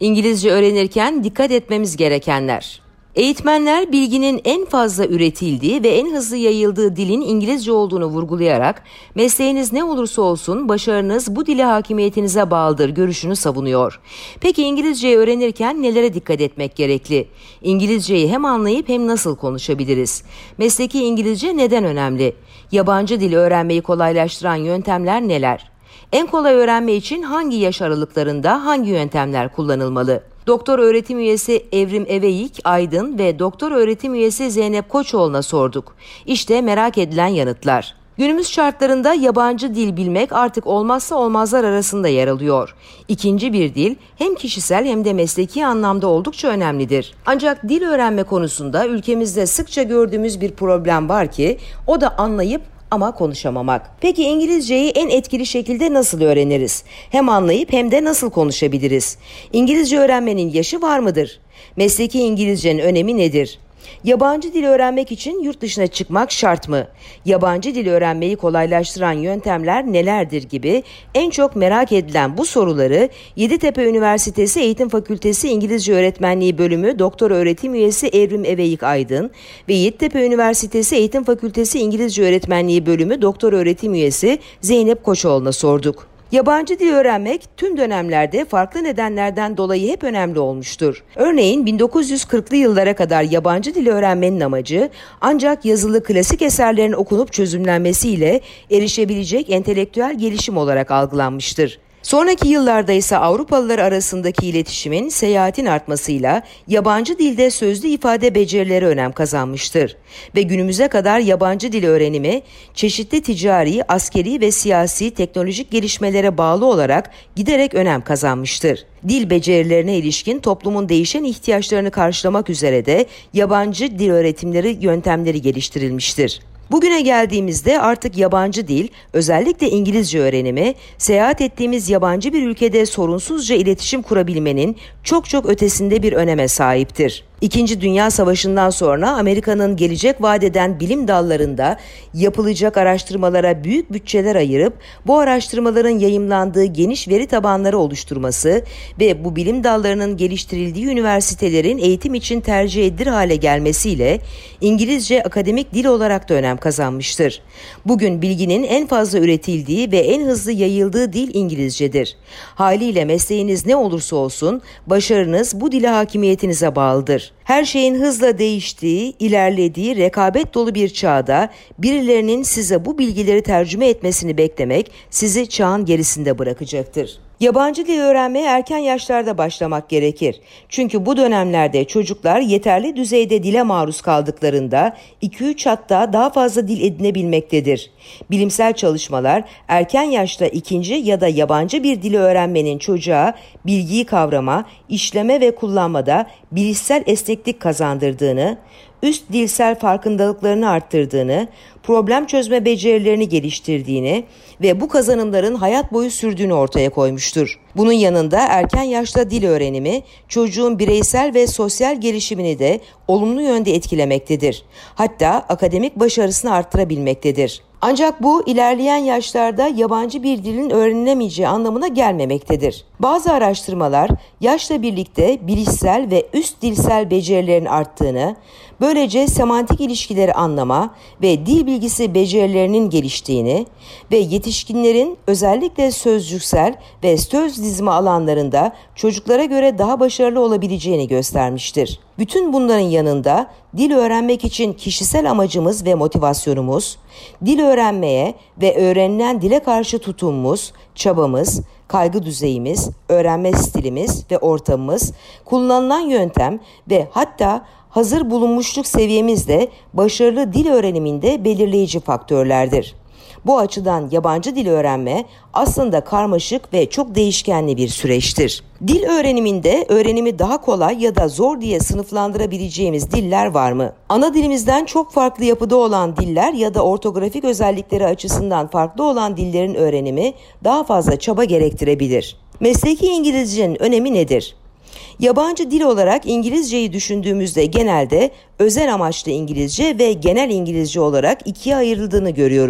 İngilizce öğrenirken dikkat etmemiz gerekenler. Eğitmenler bilginin en fazla üretildiği ve en hızlı yayıldığı dilin İngilizce olduğunu vurgulayarak mesleğiniz ne olursa olsun başarınız bu dile hakimiyetinize bağlıdır görüşünü savunuyor. Peki İngilizceyi öğrenirken nelere dikkat etmek gerekli? İngilizceyi hem anlayıp hem nasıl konuşabiliriz? Mesleki İngilizce neden önemli? Yabancı dil öğrenmeyi kolaylaştıran yöntemler neler? En kolay öğrenme için hangi yaş aralıklarında hangi yöntemler kullanılmalı? Doktor öğretim üyesi Evrim Eveyik Aydın ve doktor öğretim üyesi Zeynep Koçoğlu'na sorduk. İşte merak edilen yanıtlar. Günümüz şartlarında yabancı dil bilmek artık olmazsa olmazlar arasında yer alıyor. İkinci bir dil hem kişisel hem de mesleki anlamda oldukça önemlidir. Ancak dil öğrenme konusunda ülkemizde sıkça gördüğümüz bir problem var ki o da anlayıp ama konuşamamak. Peki İngilizceyi en etkili şekilde nasıl öğreniriz? Hem anlayıp hem de nasıl konuşabiliriz? İngilizce öğrenmenin yaşı var mıdır? Mesleki İngilizcenin önemi nedir? Yabancı dil öğrenmek için yurt dışına çıkmak şart mı? Yabancı dil öğrenmeyi kolaylaştıran yöntemler nelerdir gibi en çok merak edilen bu soruları Yeditepe Üniversitesi Eğitim Fakültesi İngilizce Öğretmenliği Bölümü Doktor Öğretim Üyesi Evrim Eveyik Aydın ve Yeditepe Üniversitesi Eğitim Fakültesi İngilizce Öğretmenliği Bölümü Doktor Öğretim Üyesi Zeynep Koçoğlu'na sorduk. Yabancı dil öğrenmek tüm dönemlerde farklı nedenlerden dolayı hep önemli olmuştur. Örneğin 1940'lı yıllara kadar yabancı dil öğrenmenin amacı ancak yazılı klasik eserlerin okunup çözümlenmesiyle erişebilecek entelektüel gelişim olarak algılanmıştır. Sonraki yıllarda ise Avrupalılar arasındaki iletişimin, seyahatin artmasıyla yabancı dilde sözlü ifade becerileri önem kazanmıştır. Ve günümüze kadar yabancı dil öğrenimi çeşitli ticari, askeri ve siyasi teknolojik gelişmelere bağlı olarak giderek önem kazanmıştır. Dil becerilerine ilişkin toplumun değişen ihtiyaçlarını karşılamak üzere de yabancı dil öğretimleri yöntemleri geliştirilmiştir. Bugüne geldiğimizde artık yabancı dil, özellikle İngilizce öğrenimi, seyahat ettiğimiz yabancı bir ülkede sorunsuzca iletişim kurabilmenin çok ötesinde bir öneme sahiptir. İkinci Dünya Savaşı'ndan sonra Amerika'nın gelecek vaat eden bilim dallarında yapılacak araştırmalara büyük bütçeler ayırıp bu araştırmaların yayımlandığı geniş veri tabanları oluşturması ve bu bilim dallarının geliştirildiği üniversitelerin eğitim için tercih edilir hale gelmesiyle İngilizce akademik dil olarak da önem kazanmıştır. Bugün bilginin en fazla üretildiği ve en hızlı yayıldığı dil İngilizcedir. Haliyle mesleğiniz ne olursa olsun başarınız bu dile hakimiyetinize bağlıdır. Her şeyin hızla değiştiği, ilerlediği, rekabet dolu bir çağda birilerinin size bu bilgileri tercüme etmesini beklemek sizi çağın gerisinde bırakacaktır. Yabancı dil öğrenmeye erken yaşlarda başlamak gerekir. Çünkü bu dönemlerde çocuklar yeterli düzeyde dile maruz kaldıklarında 2-3 hatta daha fazla dil edinebilmektedir. Bilimsel çalışmalar erken yaşta ikinci ya da yabancı bir dili öğrenmenin çocuğa bilgiyi kavrama, işleme ve kullanmada bilişsel esneklik kazandırdığını, üst dilsel farkındalıklarını arttırdığını, problem çözme becerilerini geliştirdiğini ve bu kazanımların hayat boyu sürdüğünü ortaya koymuştur. Bunun yanında erken yaşta dil öğrenimi çocuğun bireysel ve sosyal gelişimini de olumlu yönde etkilemektedir. Hatta akademik başarısını arttırabilmektedir. Ancak bu ilerleyen yaşlarda yabancı bir dilin öğrenilemeyeceği anlamına gelmemektedir. Bazı araştırmalar yaşla birlikte bilişsel ve üst dilsel becerilerin arttığını, böylece semantik ilişkileri anlama ve dil bilgisi becerilerinin geliştiğini ve yetişkinlerin özellikle sözcüksel ve söz dizimi alanlarında çocuklara göre daha başarılı olabileceğini göstermiştir. Bütün bunların yanında dil öğrenmek için kişisel amacımız ve motivasyonumuz, dil öğrenmeye ve öğrenilen dile karşı tutumumuz, çabamız, kaygı düzeyimiz, öğrenme stilimiz ve ortamımız, kullanılan yöntem ve hatta hazır bulunmuşluk seviyemiz de başarılı dil öğreniminde belirleyici faktörlerdir. Bu açıdan yabancı dil öğrenme aslında karmaşık ve çok değişkenli bir süreçtir. Dil öğreniminde öğrenimi daha kolay ya da zor diye sınıflandırabileceğimiz diller var mı? Ana dilimizden çok farklı yapıda olan diller ya da ortografik özellikleri açısından farklı olan dillerin öğrenimi daha fazla çaba gerektirebilir. Mesleki İngilizcenin önemi nedir? Yabancı dil olarak İngilizceyi düşündüğümüzde genelde özel amaçlı İngilizce ve genel İngilizce olarak ikiye ayrıldığını görüyoruz.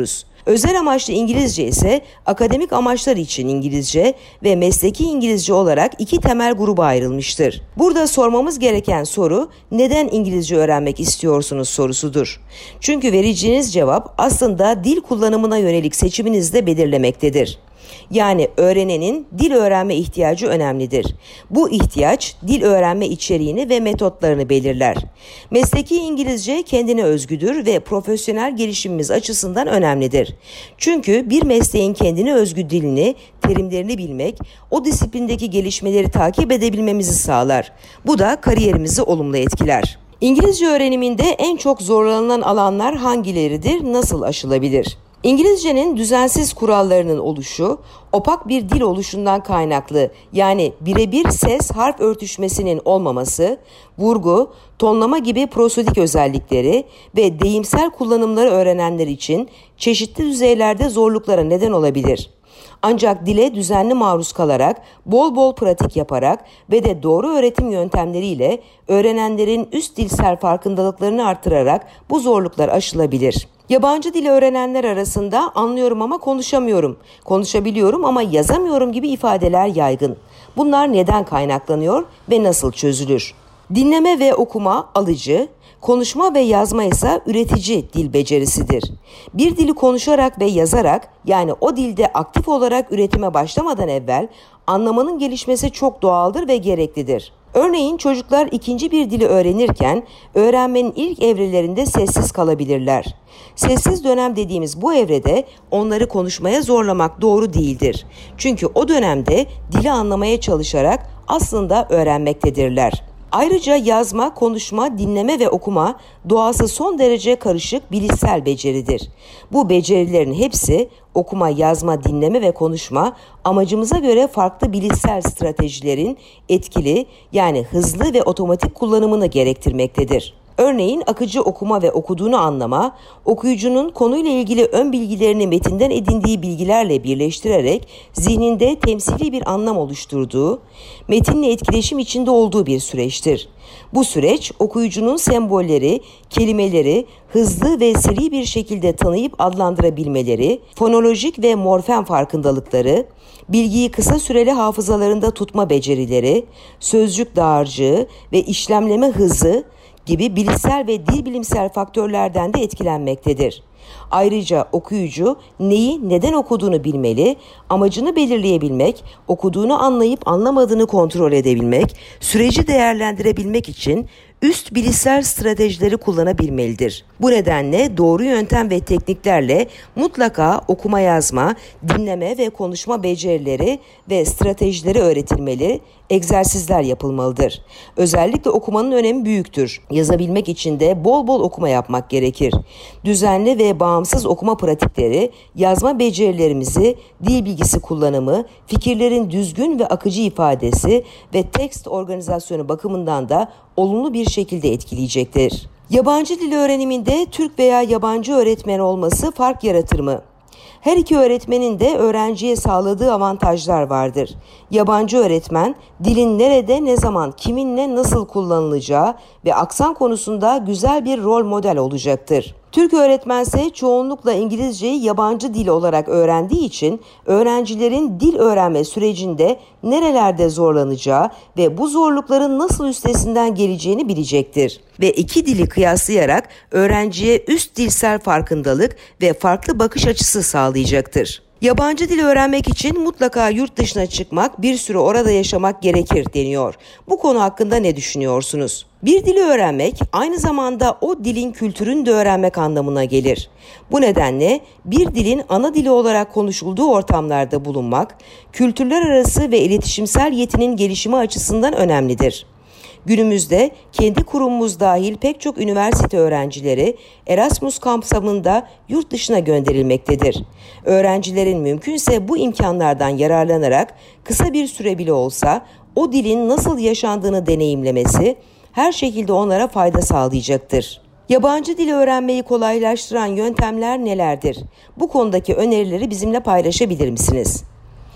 Özel amaçlı İngilizce ise akademik amaçlar için İngilizce ve mesleki İngilizce olarak iki temel gruba ayrılmıştır. Burada sormamız gereken soru neden İngilizce öğrenmek istiyorsunuz sorusudur. Çünkü vereceğiniz cevap aslında dil kullanımına yönelik seçiminizi de belirlemektedir. Yani öğrenenin dil öğrenme ihtiyacı önemlidir. Bu ihtiyaç dil öğrenme içeriğini ve metotlarını belirler. Mesleki İngilizce kendine özgüdür ve profesyonel gelişimimiz açısından önemlidir. Çünkü bir mesleğin kendine özgü dilini, terimlerini bilmek, o disiplindeki gelişmeleri takip edebilmemizi sağlar. Bu da kariyerimizi olumlu etkiler. İngilizce öğreniminde en çok zorlanılan alanlar hangileridir, nasıl aşılabilir? İngilizcenin düzensiz kurallarının oluşu, opak bir dil oluşundan kaynaklı yani birebir ses-harf örtüşmesinin olmaması, vurgu, tonlama gibi prosodik özellikleri ve deyimsel kullanımları öğrenenler için çeşitli düzeylerde zorluklara neden olabilir. Ancak dile düzenli maruz kalarak, bol bol pratik yaparak ve de doğru öğretim yöntemleriyle öğrenenlerin üst dilsel farkındalıklarını artırarak bu zorluklar aşılabilir. Yabancı dil öğrenenler arasında anlıyorum ama konuşamıyorum, konuşabiliyorum ama yazamıyorum gibi ifadeler yaygın. Bunlar neden kaynaklanıyor ve nasıl çözülür? Dinleme ve okuma alıcı, konuşma ve yazma ise üretici dil becerisidir. Bir dili konuşarak ve yazarak yani o dilde aktif olarak üretime başlamadan evvel anlamanın gelişmesi çok doğaldır ve gereklidir. Örneğin çocuklar ikinci bir dili öğrenirken öğrenmenin ilk evrelerinde sessiz kalabilirler. Sessiz dönem dediğimiz bu evrede onları konuşmaya zorlamak doğru değildir. Çünkü o dönemde dili anlamaya çalışarak aslında öğrenmektedirler. Ayrıca yazma, konuşma, dinleme ve okuma doğası son derece karışık bilişsel beceridir. Bu becerilerin hepsi okuma, yazma, dinleme ve konuşma amacımıza göre farklı bilişsel stratejilerin etkili yani hızlı ve otomatik kullanımını gerektirmektedir. Örneğin akıcı okuma ve okuduğunu anlama, okuyucunun konuyla ilgili ön bilgilerini metinden edindiği bilgilerle birleştirerek zihninde temsili bir anlam oluşturduğu, metinle etkileşim içinde olduğu bir süreçtir. Bu süreç okuyucunun sembolleri, kelimeleri hızlı ve seri bir şekilde tanıyıp adlandırabilmeleri, fonolojik ve morfem farkındalıkları, bilgiyi kısa süreli hafızalarında tutma becerileri, sözcük dağarcığı ve işlemleme hızı gibi bilişsel ve dil bilimsel faktörlerden de etkilenmektedir. Ayrıca okuyucu neyi neden okuduğunu bilmeli, amacını belirleyebilmek, okuduğunu anlayıp anlamadığını kontrol edebilmek, süreci değerlendirebilmek için üst bilişsel stratejileri kullanabilmelidir. Bu nedenle doğru yöntem ve tekniklerle mutlaka okuma yazma, dinleme ve konuşma becerileri ve stratejileri öğretilmeli, egzersizler yapılmalıdır. Özellikle okumanın önemi büyüktür. Yazabilmek için de bol bol okuma yapmak gerekir. Düzenli ve bağımsız okuma pratikleri, yazma becerilerimizi, dil bilgisi kullanımı, fikirlerin düzgün ve akıcı ifadesi ve tekst organizasyonu bakımından da olumlu bir şekilde etkileyecektir. Yabancı dil öğreniminde Türk veya yabancı öğretmen olması fark yaratır mı? Her iki öğretmenin de öğrenciye sağladığı avantajlar vardır. Yabancı öğretmen, dilin nerede, ne zaman, kiminle nasıl kullanılacağı ve aksan konusunda güzel bir rol model olacaktır. Türk öğretmense çoğunlukla İngilizceyi yabancı dil olarak öğrendiği için öğrencilerin dil öğrenme sürecinde nerelerde zorlanacağı ve bu zorlukların nasıl üstesinden geleceğini bilecektir. Ve iki dili kıyaslayarak öğrenciye üst dilsel farkındalık ve farklı bakış açısı sağlayacaktır. Yabancı dil öğrenmek için mutlaka yurt dışına çıkmak, bir süre orada yaşamak gerekir deniyor. Bu konu hakkında ne düşünüyorsunuz? Bir dili öğrenmek aynı zamanda o dilin kültürünü de öğrenmek anlamına gelir. Bu nedenle bir dilin ana dili olarak konuşulduğu ortamlarda bulunmak, kültürler arası ve iletişimsel yetinin gelişimi açısından önemlidir. Günümüzde kendi kurumumuz dahil pek çok üniversite öğrencileri Erasmus kapsamında yurt dışına gönderilmektedir. Öğrencilerin mümkünse bu imkanlardan yararlanarak kısa bir süre bile olsa o dilin nasıl yaşandığını deneyimlemesi her şekilde onlara fayda sağlayacaktır. Yabancı dili öğrenmeyi kolaylaştıran yöntemler nelerdir? Bu konudaki önerileri bizimle paylaşabilir misiniz?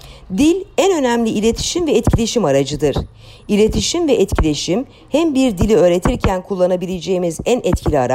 Dil en önemli iletişim ve etkileşim aracıdır. İletişim ve etkileşim hem bir dili öğretirken kullanabileceğimiz en etkili araç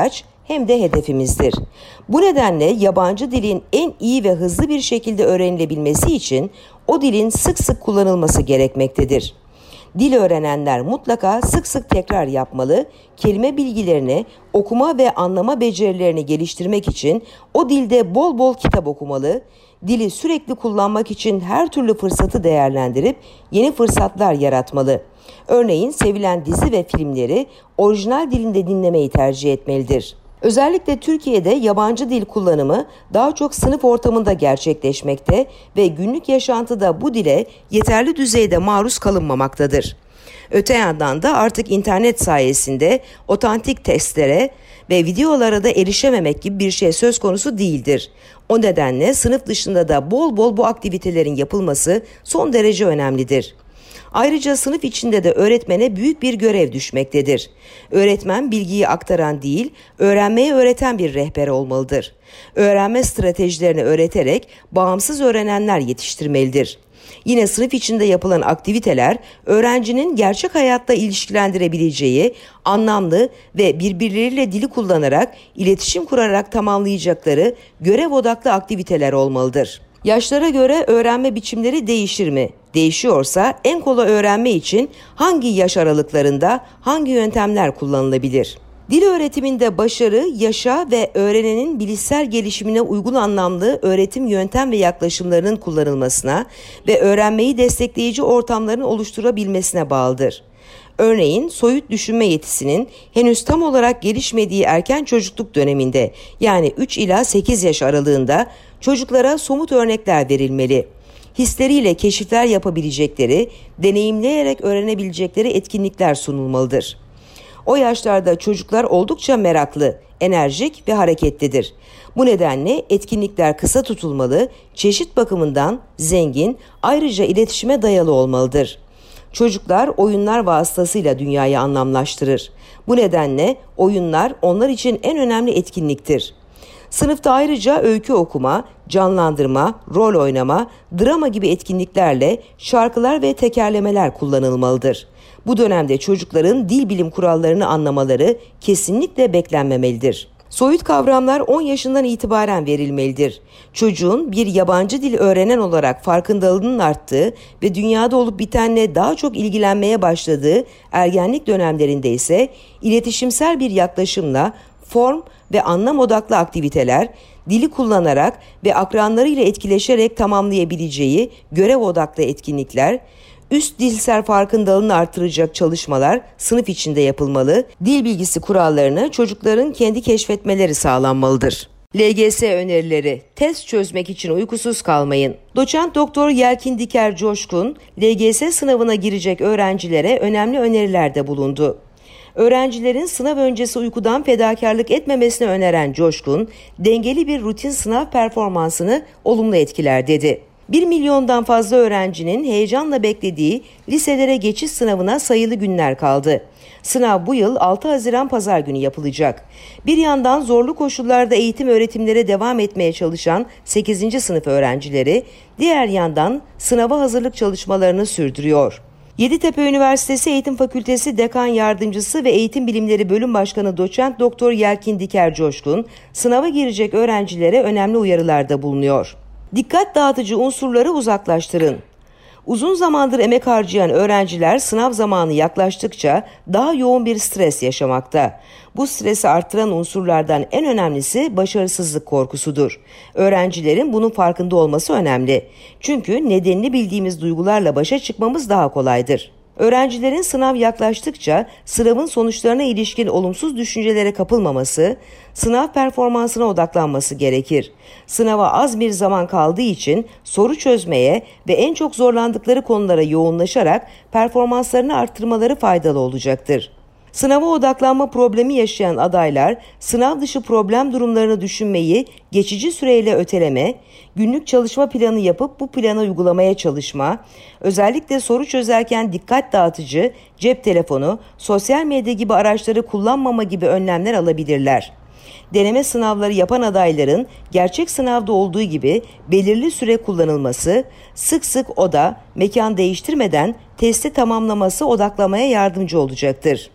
hem de hedefimizdir. Bu nedenle yabancı dilin en iyi ve hızlı bir şekilde öğrenilebilmesi için o dilin sık sık kullanılması gerekmektedir. Dil öğrenenler mutlaka sık sık tekrar yapmalı, kelime bilgilerini, okuma ve anlama becerilerini geliştirmek için o dilde bol bol kitap okumalı, dili sürekli kullanmak için her türlü fırsatı değerlendirip yeni fırsatlar yaratmalı. Örneğin sevilen dizi ve filmleri orijinal dilinde dinlemeyi tercih etmelidir. Özellikle Türkiye'de yabancı dil kullanımı daha çok sınıf ortamında gerçekleşmekte ve günlük yaşantıda bu dile yeterli düzeyde maruz kalınmamaktadır. Öte yandan da artık internet sayesinde otantik testlere ve videolara da erişememek gibi bir şey söz konusu değildir. O nedenle sınıf dışında da bol bol bu aktivitelerin yapılması son derece önemlidir. Ayrıca sınıf içinde de öğretmene büyük bir görev düşmektedir. Öğretmen bilgiyi aktaran değil, öğrenmeyi öğreten bir rehber olmalıdır. Öğrenme stratejilerini öğreterek bağımsız öğrenenler yetiştirmelidir. Yine sınıf içinde yapılan aktiviteler öğrencinin gerçek hayatta ilişkilendirebileceği, anlamlı ve birbirleriyle dili kullanarak, iletişim kurarak tamamlayacakları görev odaklı aktiviteler olmalıdır. Yaşlara göre öğrenme biçimleri değişir mi? Değişiyorsa en kolay öğrenme için hangi yaş aralıklarında hangi yöntemler kullanılabilir? Dil öğretiminde başarı, yaşa ve öğrenenin bilişsel gelişimine uygun anlamlı öğretim yöntem ve yaklaşımlarının kullanılmasına ve öğrenmeyi destekleyici ortamların oluşturabilmesine bağlıdır. Örneğin soyut düşünme yetisinin henüz tam olarak gelişmediği erken çocukluk döneminde yani 3 ila 8 yaş aralığında çocuklara somut örnekler verilmeli. Hisleriyle keşifler yapabilecekleri, deneyimleyerek öğrenebilecekleri etkinlikler sunulmalıdır. O yaşlarda çocuklar oldukça meraklı, enerjik ve hareketlidir. Bu nedenle etkinlikler kısa tutulmalı, çeşit bakımından zengin, ayrıca iletişime dayalı olmalıdır. Çocuklar oyunlar vasıtasıyla dünyayı anlamlaştırır. Bu nedenle oyunlar onlar için en önemli etkinliktir. Sınıfta ayrıca öykü okuma, canlandırma, rol oynama, drama gibi etkinliklerle şarkılar ve tekerlemeler kullanılmalıdır. Bu dönemde çocukların dil bilim kurallarını anlamaları kesinlikle beklenmemelidir. Soyut kavramlar 10 yaşından itibaren verilmelidir. Çocuğun bir yabancı dil öğrenen olarak farkındalığının arttığı ve dünyada olup bitenle daha çok ilgilenmeye başladığı ergenlik dönemlerinde ise iletişimsel bir yaklaşımla form ve anlam odaklı aktiviteler, dili kullanarak ve akranlarıyla etkileşerek tamamlayabileceği görev odaklı etkinlikler, üst dilsel farkındalığını artıracak çalışmalar sınıf içinde yapılmalı, dil bilgisi kurallarını çocukların kendi keşfetmeleri sağlanmalıdır. LGS önerileri: test çözmek için uykusuz kalmayın. Doçent Doktor Yelkin Diker Coşkun, LGS sınavına girecek öğrencilere önemli önerilerde bulundu. Öğrencilerin sınav öncesi uykudan fedakarlık etmemesini öneren Coşkun, dengeli bir rutin sınav performansını olumlu etkiler dedi. 1 milyondan fazla öğrencinin heyecanla beklediği liselere geçiş sınavına sayılı günler kaldı. Sınav bu yıl 6 Haziran Pazar günü yapılacak. Bir yandan zorlu koşullarda eğitim öğretimlere devam etmeye çalışan 8. sınıf öğrencileri, diğer yandan sınava hazırlık çalışmalarını sürdürüyor. Yeditepe Üniversitesi Eğitim Fakültesi Dekan Yardımcısı ve Eğitim Bilimleri Bölüm Başkanı Doçent Doktor Yelkin Diker Coşkun, sınava girecek öğrencilere önemli uyarılarda bulunuyor. Dikkat dağıtıcı unsurları uzaklaştırın. Uzun zamandır emek harcayan öğrenciler sınav zamanı yaklaştıkça daha yoğun bir stres yaşamakta. Bu stresi arttıran unsurlardan en önemlisi başarısızlık korkusudur. Öğrencilerin bunun farkında olması önemli. Çünkü nedenini bildiğimiz duygularla başa çıkmamız daha kolaydır. Öğrencilerin sınav yaklaştıkça sınavın sonuçlarına ilişkin olumsuz düşüncelere kapılmaması, sınav performansına odaklanması gerekir. Sınava az bir zaman kaldığı için soru çözmeye ve en çok zorlandıkları konulara yoğunlaşarak performanslarını arttırmaları faydalı olacaktır. Sınava odaklanma problemi yaşayan adaylar, sınav dışı problem durumlarını düşünmeyi geçici süreyle öteleme, günlük çalışma planı yapıp bu planı uygulamaya çalışma, özellikle soru çözerken dikkat dağıtıcı, cep telefonu, sosyal medya gibi araçları kullanmama gibi önlemler alabilirler. Deneme sınavları yapan adayların gerçek sınavda olduğu gibi belirli süre kullanılması, sık sık oda, mekan değiştirmeden testi tamamlaması odaklamaya yardımcı olacaktır.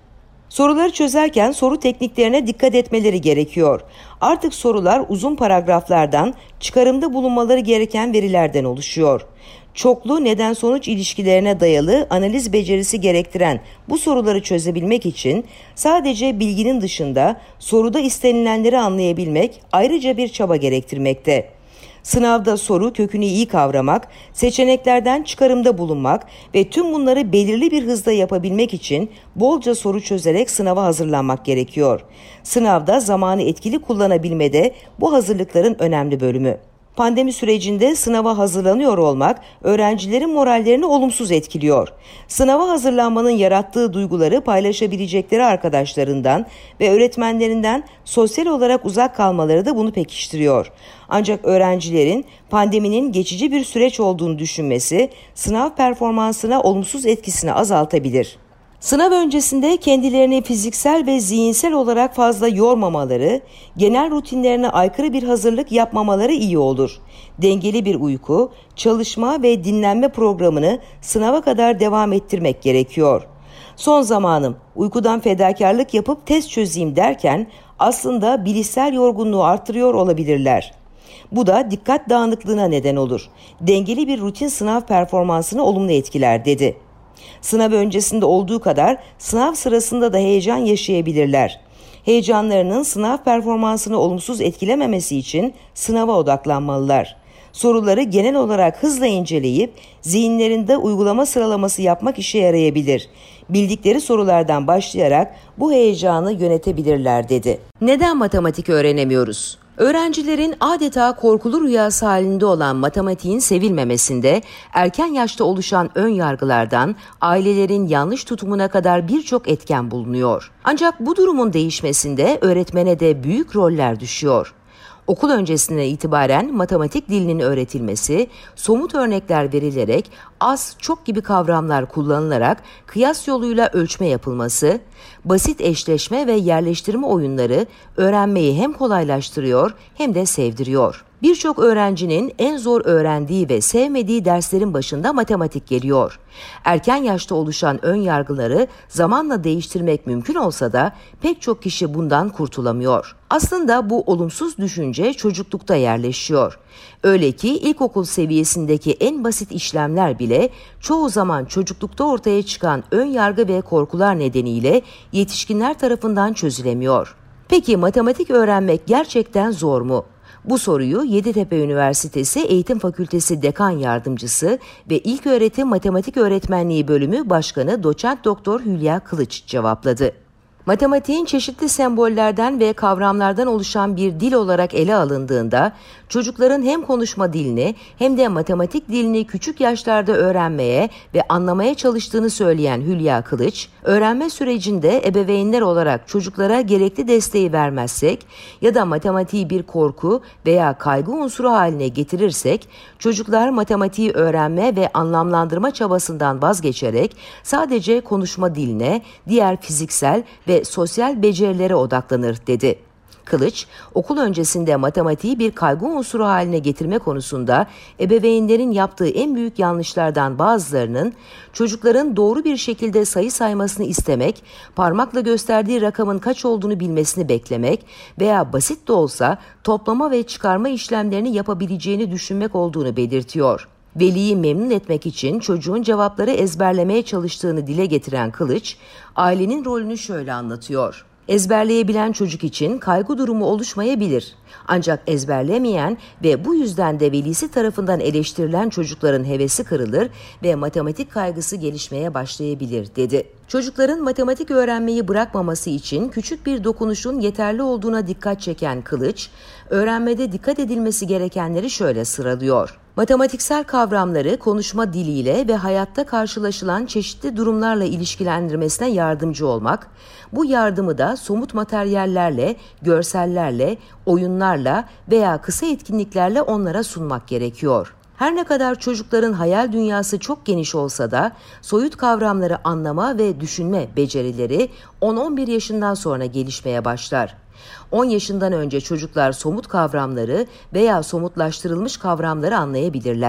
Soruları çözerken soru tekniklerine dikkat etmeleri gerekiyor. Artık sorular uzun paragraflardan, çıkarımda bulunmaları gereken verilerden oluşuyor. Çoklu neden-sonuç ilişkilerine dayalı analiz becerisi gerektiren bu soruları çözebilmek için sadece bilginin dışında soruda istenilenleri anlayabilmek ayrıca bir çaba gerektirmekte. Sınavda soru kökünü iyi kavramak, seçeneklerden çıkarımda bulunmak ve tüm bunları belirli bir hızda yapabilmek için bolca soru çözerek sınava hazırlanmak gerekiyor. Sınavda zamanı etkili kullanabilmede bu hazırlıkların önemli bölümü. Pandemi sürecinde sınava hazırlanıyor olmak öğrencilerin morallerini olumsuz etkiliyor. Sınava hazırlanmanın yarattığı duyguları paylaşabilecekleri arkadaşlarından ve öğretmenlerinden sosyal olarak uzak kalmaları da bunu pekiştiriyor. Ancak öğrencilerin pandeminin geçici bir süreç olduğunu düşünmesi sınav performansına olumsuz etkisini azaltabilir. Sınav öncesinde kendilerini fiziksel ve zihinsel olarak fazla yormamaları, genel rutinlerine aykırı bir hazırlık yapmamaları iyi olur. Dengeli bir uyku, çalışma ve dinlenme programını sınava kadar devam ettirmek gerekiyor. Son zamanım uykudan fedakarlık yapıp test çözeyim derken aslında bilişsel yorgunluğu artırıyor olabilirler. Bu da dikkat dağınıklığına neden olur. Dengeli bir rutin sınav performansını olumlu etkiler dedi. Sınav öncesinde olduğu kadar sınav sırasında da heyecan yaşayabilirler. Heyecanlarının sınav performansını olumsuz etkilememesi için sınava odaklanmalılar. Soruları genel olarak hızla inceleyip zihinlerinde uygulama sıralaması yapmak işe yarayabilir. Bildikleri sorulardan başlayarak bu heyecanı yönetebilirler dedi. Neden matematik öğrenemiyoruz? Öğrencilerin adeta korkulu rüyası halinde olan matematiğin sevilmemesinde erken yaşta oluşan ön yargılardan ailelerin yanlış tutumuna kadar birçok etken bulunuyor. Ancak bu durumun değişmesinde öğretmene de büyük roller düşüyor. Okul öncesinden itibaren matematik dilinin öğretilmesi, somut örnekler verilerek az çok gibi kavramlar kullanılarak kıyas yoluyla ölçme yapılması, basit eşleşme ve yerleştirme oyunları öğrenmeyi hem kolaylaştırıyor hem de sevdiriyor. Birçok öğrencinin en zor öğrendiği ve sevmediği derslerin başında matematik geliyor. Erken yaşta oluşan ön yargıları zamanla değiştirmek mümkün olsa da pek çok kişi bundan kurtulamıyor. Aslında bu olumsuz düşünce çocuklukta yerleşiyor. Öyle ki ilkokul seviyesindeki en basit işlemler bile çoğu zaman çocuklukta ortaya çıkan ön yargı ve korkular nedeniyle yetişkinler tarafından çözülemiyor. Peki matematik öğrenmek gerçekten zor mu? Bu soruyu Yeditepe Üniversitesi Eğitim Fakültesi Dekan Yardımcısı ve İlköğretim Matematik Öğretmenliği Bölümü Başkanı Doçent Doktor Hülya Kılıç cevapladı. Matematiğin çeşitli sembollerden ve kavramlardan oluşan bir dil olarak ele alındığında çocukların hem konuşma dilini hem de matematik dilini küçük yaşlarda öğrenmeye ve anlamaya çalıştığını söyleyen Hülya Kılıç, öğrenme sürecinde ebeveynler olarak çocuklara gerekli desteği vermezsek ya da matematiği bir korku veya kaygı unsuru haline getirirsek, çocuklar matematiği öğrenme ve anlamlandırma çabasından vazgeçerek sadece konuşma diline, diğer fiziksel ve sosyal becerilere odaklanır dedi. Kılıç, okul öncesinde matematiği bir kaygı unsuru haline getirme konusunda ebeveynlerin yaptığı en büyük yanlışlardan bazılarının çocukların doğru bir şekilde sayı saymasını istemek, parmakla gösterdiği rakamın kaç olduğunu bilmesini beklemek veya basit de olsa toplama ve çıkarma işlemlerini yapabileceğini düşünmek olduğunu belirtiyor. Veliyi memnun etmek için çocuğun cevapları ezberlemeye çalıştığını dile getiren Kılıç, ailenin rolünü şöyle anlatıyor. Ezberleyebilen çocuk için kaygı durumu oluşmayabilir. Ancak ezberlemeyen ve bu yüzden de velisi tarafından eleştirilen çocukların hevesi kırılır ve matematik kaygısı gelişmeye başlayabilir, dedi. Çocukların matematik öğrenmeyi bırakmaması için küçük bir dokunuşun yeterli olduğuna dikkat çeken Kılıç, öğrenmede dikkat edilmesi gerekenleri şöyle sıralıyor. Matematiksel kavramları konuşma diliyle ve hayatta karşılaşılan çeşitli durumlarla ilişkilendirmesine yardımcı olmak, bu yardımı da somut materyallerle, görsellerle, oyunlarla veya kısa etkinliklerle onlara sunmak gerekiyor. Her ne kadar çocukların hayal dünyası çok geniş olsa da soyut kavramları anlama ve düşünme becerileri 10-11 yaşından sonra gelişmeye başlar. 10 yaşından önce çocuklar somut kavramları veya somutlaştırılmış kavramları anlayabilirler.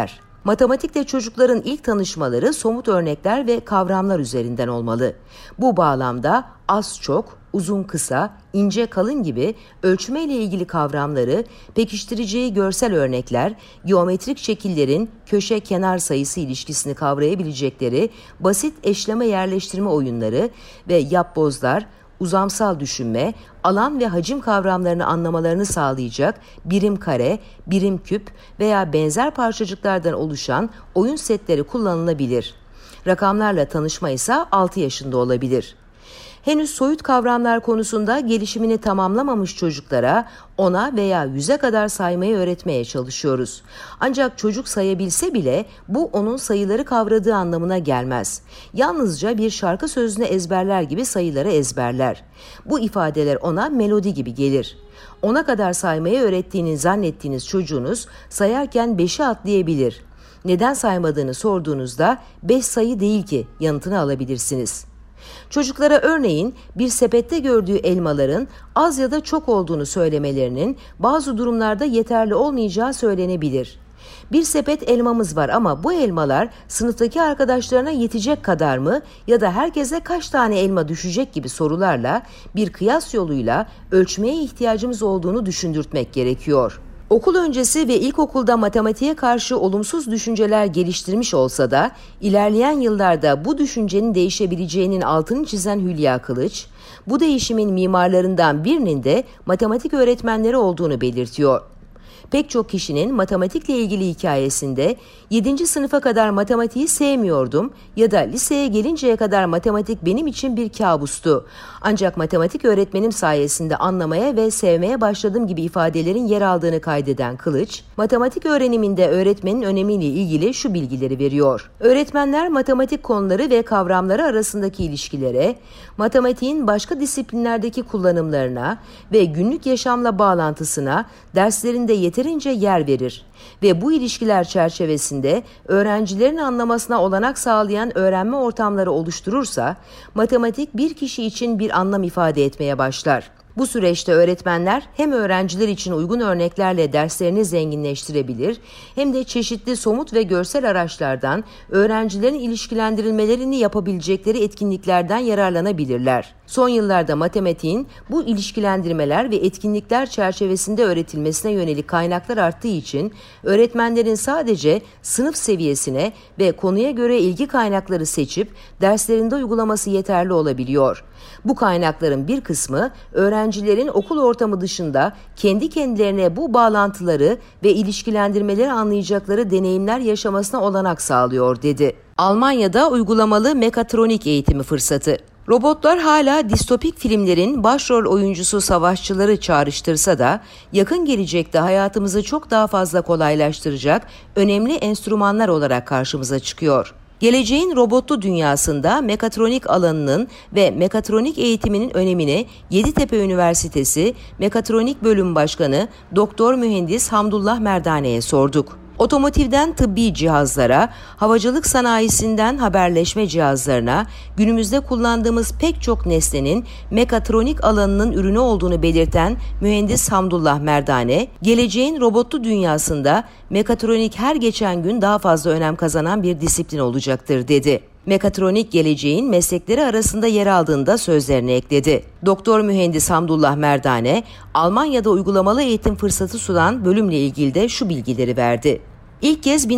Matematikle çocukların ilk tanışmaları somut örnekler ve kavramlar üzerinden olmalı. Bu bağlamda az çok, uzun kısa, ince kalın gibi ölçme ile ilgili kavramları, pekiştireceği görsel örnekler, geometrik şekillerin köşe kenar sayısı ilişkisini kavrayabilecekleri basit eşleme yerleştirme oyunları ve yapbozlar, uzamsal düşünme, alan ve hacim kavramlarını anlamalarını sağlayacak birim kare, birim küp veya benzer parçacıklardan oluşan oyun setleri kullanılabilir. Rakamlarla tanışma ise 6 yaşında olabilir. Henüz soyut kavramlar konusunda gelişimini tamamlamamış çocuklara 10'a veya 100'e kadar saymayı öğretmeye çalışıyoruz. Ancak çocuk sayabilse bile bu onun sayıları kavradığı anlamına gelmez. Yalnızca bir şarkı sözünü ezberler gibi sayıları ezberler. Bu ifadeler ona melodi gibi gelir. 10'a kadar saymayı öğrettiğini zannettiğiniz çocuğunuz sayarken 5'i atlayabilir. Neden saymadığını sorduğunuzda 5 sayı değil ki yanıtını alabilirsiniz. Çocuklara örneğin bir sepette gördüğü elmaların az ya da çok olduğunu söylemelerinin bazı durumlarda yeterli olmayacağı söylenebilir. Bir sepet elmamız var ama bu elmalar sınıftaki arkadaşlarına yetecek kadar mı ya da herkese kaç tane elma düşecek gibi sorularla bir kıyas yoluyla ölçmeye ihtiyacımız olduğunu düşündürtmek gerekiyor. Okul öncesi ve ilkokulda matematiğe karşı olumsuz düşünceler geliştirmiş olsa da ilerleyen yıllarda bu düşüncenin değişebileceğinin altını çizen Hülya Kılıç, bu değişimin mimarlarından birinin de matematik öğretmenleri olduğunu belirtiyor. Pek çok kişinin matematikle ilgili hikayesinde 7. sınıfa kadar matematiği sevmiyordum ya da liseye gelinceye kadar matematik benim için bir kabustu. Ancak matematik öğretmenim sayesinde anlamaya ve sevmeye başladım gibi ifadelerin yer aldığını kaydeden Kılıç, matematik öğreniminde öğretmenin önemiyle ilgili şu bilgileri veriyor. Öğretmenler matematik konuları ve kavramları arasındaki ilişkilere, matematiğin başka disiplinlerdeki kullanımlarına ve günlük yaşamla bağlantısına derslerinde yeterince yer verir ve bu ilişkiler çerçevesinde öğrencilerin anlamasına olanak sağlayan öğrenme ortamları oluşturursa, matematik bir kişi için bir anlam ifade etmeye başlar. Bu süreçte öğretmenler hem öğrenciler için uygun örneklerle derslerini zenginleştirebilir, hem de çeşitli somut ve görsel araçlardan öğrencilerin ilişkilendirilmelerini yapabilecekleri etkinliklerden yararlanabilirler. Son yıllarda matematiğin bu ilişkilendirmeler ve etkinlikler çerçevesinde öğretilmesine yönelik kaynaklar arttığı için öğretmenlerin sadece sınıf seviyesine ve konuya göre ilgi kaynakları seçip derslerinde uygulaması yeterli olabiliyor. Bu kaynakların bir kısmı öğrencilerin okul ortamı dışında kendi kendilerine bu bağlantıları ve ilişkilendirmeleri anlayacakları deneyimler yaşamasına olanak sağlıyor, dedi. Almanya'da uygulamalı mekatronik eğitimi fırsatı. Robotlar hala distopik filmlerin başrol oyuncusu savaşçıları çağrıştırsa da yakın gelecekte hayatımızı çok daha fazla kolaylaştıracak önemli enstrümanlar olarak karşımıza çıkıyor. Geleceğin robotlu dünyasında mekatronik alanının ve mekatronik eğitiminin önemini Yeditepe Üniversitesi Mekatronik Bölüm Başkanı Doktor Mühendis Hamdullah Merdane'ye sorduk. Otomotivden tıbbi cihazlara, havacılık sanayisinden haberleşme cihazlarına, günümüzde kullandığımız pek çok nesnenin mekatronik alanının ürünü olduğunu belirten Mühendis Hamdullah Merdane, geleceğin robotlu dünyasında mekatronik her geçen gün daha fazla önem kazanan bir disiplin olacaktır, dedi. Mekatronik geleceğin meslekleri arasında yer aldığında sözlerine ekledi. Doktor Mühendis Hamdullah Merdane, Almanya'da uygulamalı eğitim fırsatı sunan bölümle ilgili de şu bilgileri verdi. İlk kez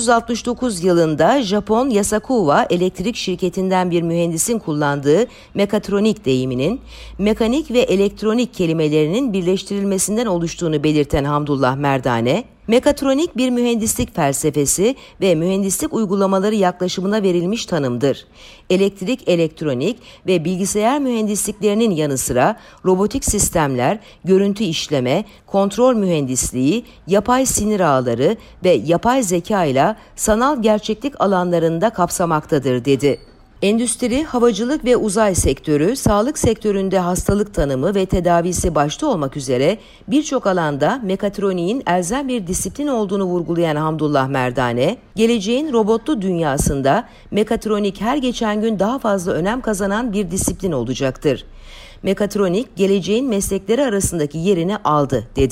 1969 yılında Japon Yasakuwa elektrik şirketinden bir mühendisin kullandığı mekatronik deyiminin mekanik ve elektronik kelimelerinin birleştirilmesinden oluştuğunu belirten Hamdullah Merdane, mekatronik bir mühendislik felsefesi ve mühendislik uygulamaları yaklaşımına verilmiş tanımdır. Elektrik, elektronik ve bilgisayar mühendisliklerinin yanı sıra robotik sistemler, görüntü işleme, kontrol mühendisliği, yapay sinir ağları ve yapay zeka ile sanal gerçeklik alanlarında kapsamaktadır, dedi. Endüstri, havacılık ve uzay sektörü, sağlık sektöründe hastalık tanımı ve tedavisi başta olmak üzere birçok alanda mekatroniğin elzem bir disiplin olduğunu vurgulayan Hamdullah Merdane, geleceğin robotlu dünyasında mekatronik her geçen gün daha fazla önem kazanan bir disiplin olacaktır. Mekatronik, geleceğin meslekleri arasındaki yerini aldı, dedi.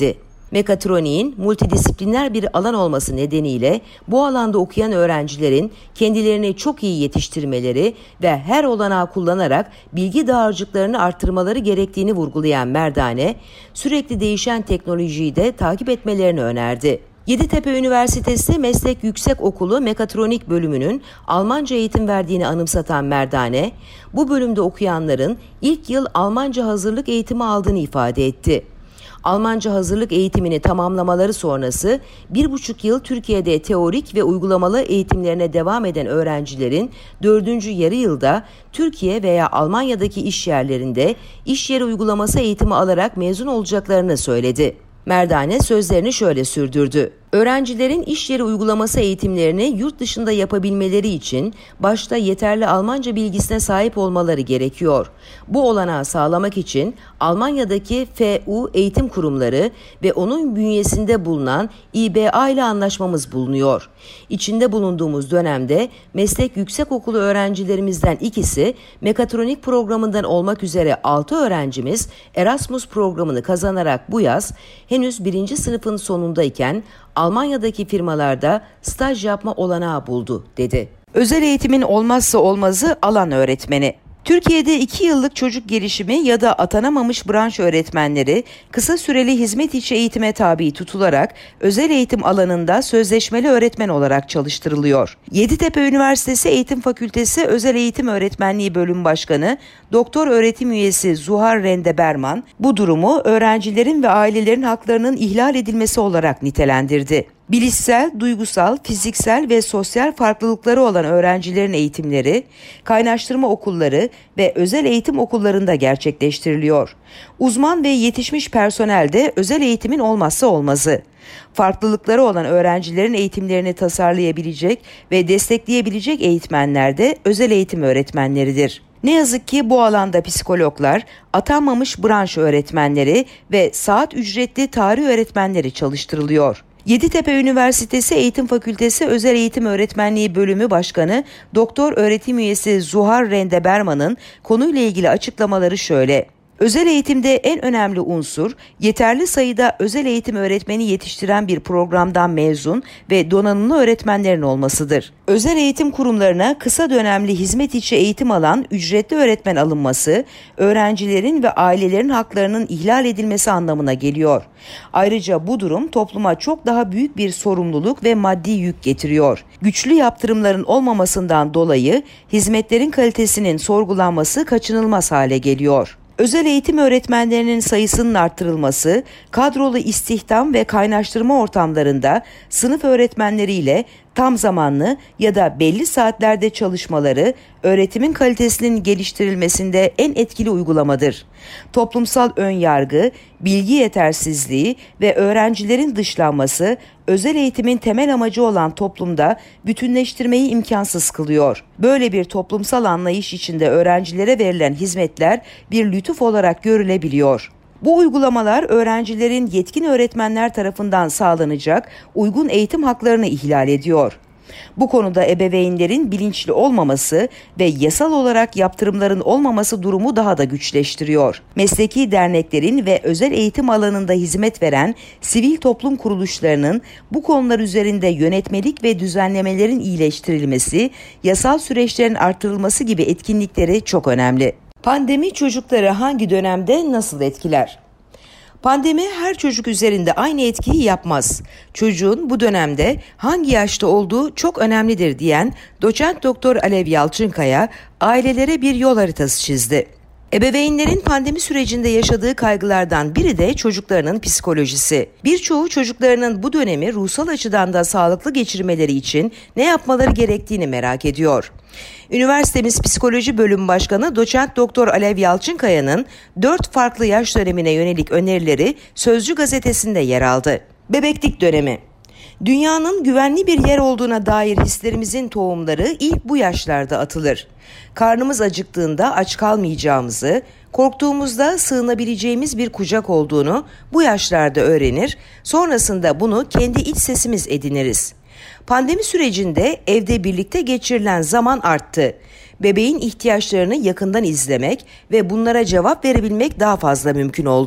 Mekatroniğin multidisipliner bir alan olması nedeniyle bu alanda okuyan öğrencilerin kendilerini çok iyi yetiştirmeleri ve her olanağı kullanarak bilgi dağarcıklarını arttırmaları gerektiğini vurgulayan Merdane, sürekli değişen teknolojiyi de takip etmelerini önerdi. Yeditepe Üniversitesi Meslek Yüksekokulu Mekatronik bölümünün Almanca eğitim verdiğini anımsatan Merdane, bu bölümde okuyanların ilk yıl Almanca hazırlık eğitimi aldığını ifade etti. Almanca hazırlık eğitimini tamamlamaları sonrası 1,5 yıl Türkiye'de teorik ve uygulamalı eğitimlerine devam eden öğrencilerin 4. yarı yılda Türkiye veya Almanya'daki iş yerlerinde iş yeri uygulaması eğitimi alarak mezun olacaklarını söyledi. Merdane sözlerini şöyle sürdürdü. Öğrencilerin iş yeri uygulaması eğitimlerini yurt dışında yapabilmeleri için başta yeterli Almanca bilgisine sahip olmaları gerekiyor. Bu olanağı sağlamak için Almanya'daki FU eğitim kurumları ve onun bünyesinde bulunan İBA ile anlaşmamız bulunuyor. İçinde bulunduğumuz dönemde meslek yüksekokulu öğrencilerimizden ikisi mekatronik programından olmak üzere 6 öğrencimiz Erasmus programını kazanarak bu yaz henüz 1. sınıfın sonundayken Almanya'daki firmalarda staj yapma olanağı buldu, dedi. Özel eğitimin olmazsa olmazı alan öğretmeni. Türkiye'de 2 yıllık çocuk gelişimi ya da atanamamış branş öğretmenleri kısa süreli hizmet içi eğitime tabi tutularak özel eğitim alanında sözleşmeli öğretmen olarak çalıştırılıyor. Yeditepe Üniversitesi Eğitim Fakültesi Özel Eğitim Öğretmenliği Bölüm Başkanı Doktor Öğretim Üyesi Zuhar Rende Berman bu durumu öğrencilerin ve ailelerin haklarının ihlal edilmesi olarak nitelendirdi. Bilişsel, duygusal, fiziksel ve sosyal farklılıkları olan öğrencilerin eğitimleri, kaynaştırma okulları ve özel eğitim okullarında gerçekleştiriliyor. Uzman ve yetişmiş personel de özel eğitimin olmazsa olmazı. Farklılıkları olan öğrencilerin eğitimlerini tasarlayabilecek ve destekleyebilecek eğitmenler de özel eğitim öğretmenleridir. Ne yazık ki bu alanda psikologlar, atanmamış branş öğretmenleri ve saat ücretli tarih öğretmenleri çalıştırılıyor. Yeditepe Üniversitesi Eğitim Fakültesi Özel Eğitim Öğretmenliği Bölümü Başkanı Doktor Öğretim Üyesi Zuhar Rende Berman'ın konuyla ilgili açıklamaları şöyle. Özel eğitimde en önemli unsur, yeterli sayıda özel eğitim öğretmeni yetiştiren bir programdan mezun ve donanımlı öğretmenlerin olmasıdır. Özel eğitim kurumlarına kısa dönemli hizmet içi eğitim alan ücretli öğretmen alınması, öğrencilerin ve ailelerin haklarının ihlal edilmesi anlamına geliyor. Ayrıca bu durum topluma çok daha büyük bir sorumluluk ve maddi yük getiriyor. Güçlü yaptırımların olmamasından dolayı hizmetlerin kalitesinin sorgulanması kaçınılmaz hale geliyor. Özel eğitim öğretmenlerinin sayısının arttırılması, kadrolu istihdam ve kaynaştırma ortamlarında sınıf öğretmenleriyle tam zamanlı ya da belli saatlerde çalışmaları öğretimin kalitesinin geliştirilmesinde en etkili uygulamadır. Toplumsal önyargı, bilgi yetersizliği ve öğrencilerin dışlanması özel eğitimin temel amacı olan toplumda bütünleştirmeyi imkansız kılıyor. Böyle bir toplumsal anlayış içinde öğrencilere verilen hizmetler bir lütuf olarak görülebiliyor. Bu uygulamalar öğrencilerin yetkin öğretmenler tarafından sağlanacak uygun eğitim haklarını ihlal ediyor. Bu konuda ebeveynlerin bilinçli olmaması ve yasal olarak yaptırımların olmaması durumu daha da güçleştiriyor. Mesleki derneklerin ve özel eğitim alanında hizmet veren sivil toplum kuruluşlarının bu konular üzerinde yönetmelik ve düzenlemelerin iyileştirilmesi, yasal süreçlerin artırılması gibi etkinlikleri çok önemli. Pandemi çocukları hangi dönemde nasıl etkiler? Pandemi her çocuk üzerinde aynı etkiyi yapmaz. Çocuğun bu dönemde hangi yaşta olduğu çok önemlidir diyen doçent doktor Alev Yalçınkaya ailelere bir yol haritası çizdi. Ebeveynlerin pandemi sürecinde yaşadığı kaygılardan biri de çocuklarının psikolojisi. Birçoğu çocuklarının bu dönemi ruhsal açıdan da sağlıklı geçirmeleri için ne yapmaları gerektiğini merak ediyor. Üniversitemiz Psikoloji Bölüm Başkanı Doçent Doktor Alev Yalçınkaya'nın 4 farklı yaş dönemine yönelik önerileri Sözcü gazetesinde yer aldı. Bebeklik dönemi. Dünyanın güvenli bir yer olduğuna dair hislerimizin tohumları ilk bu yaşlarda atılır. Karnımız acıktığında aç kalmayacağımızı, korktuğumuzda sığınabileceğimiz bir kucak olduğunu bu yaşlarda öğrenir, sonrasında bunu kendi iç sesimiz ediniriz. Pandemi sürecinde evde birlikte geçirilen zaman arttı. Bebeğin ihtiyaçlarını yakından izlemek ve bunlara cevap verebilmek daha fazla mümkün oldu.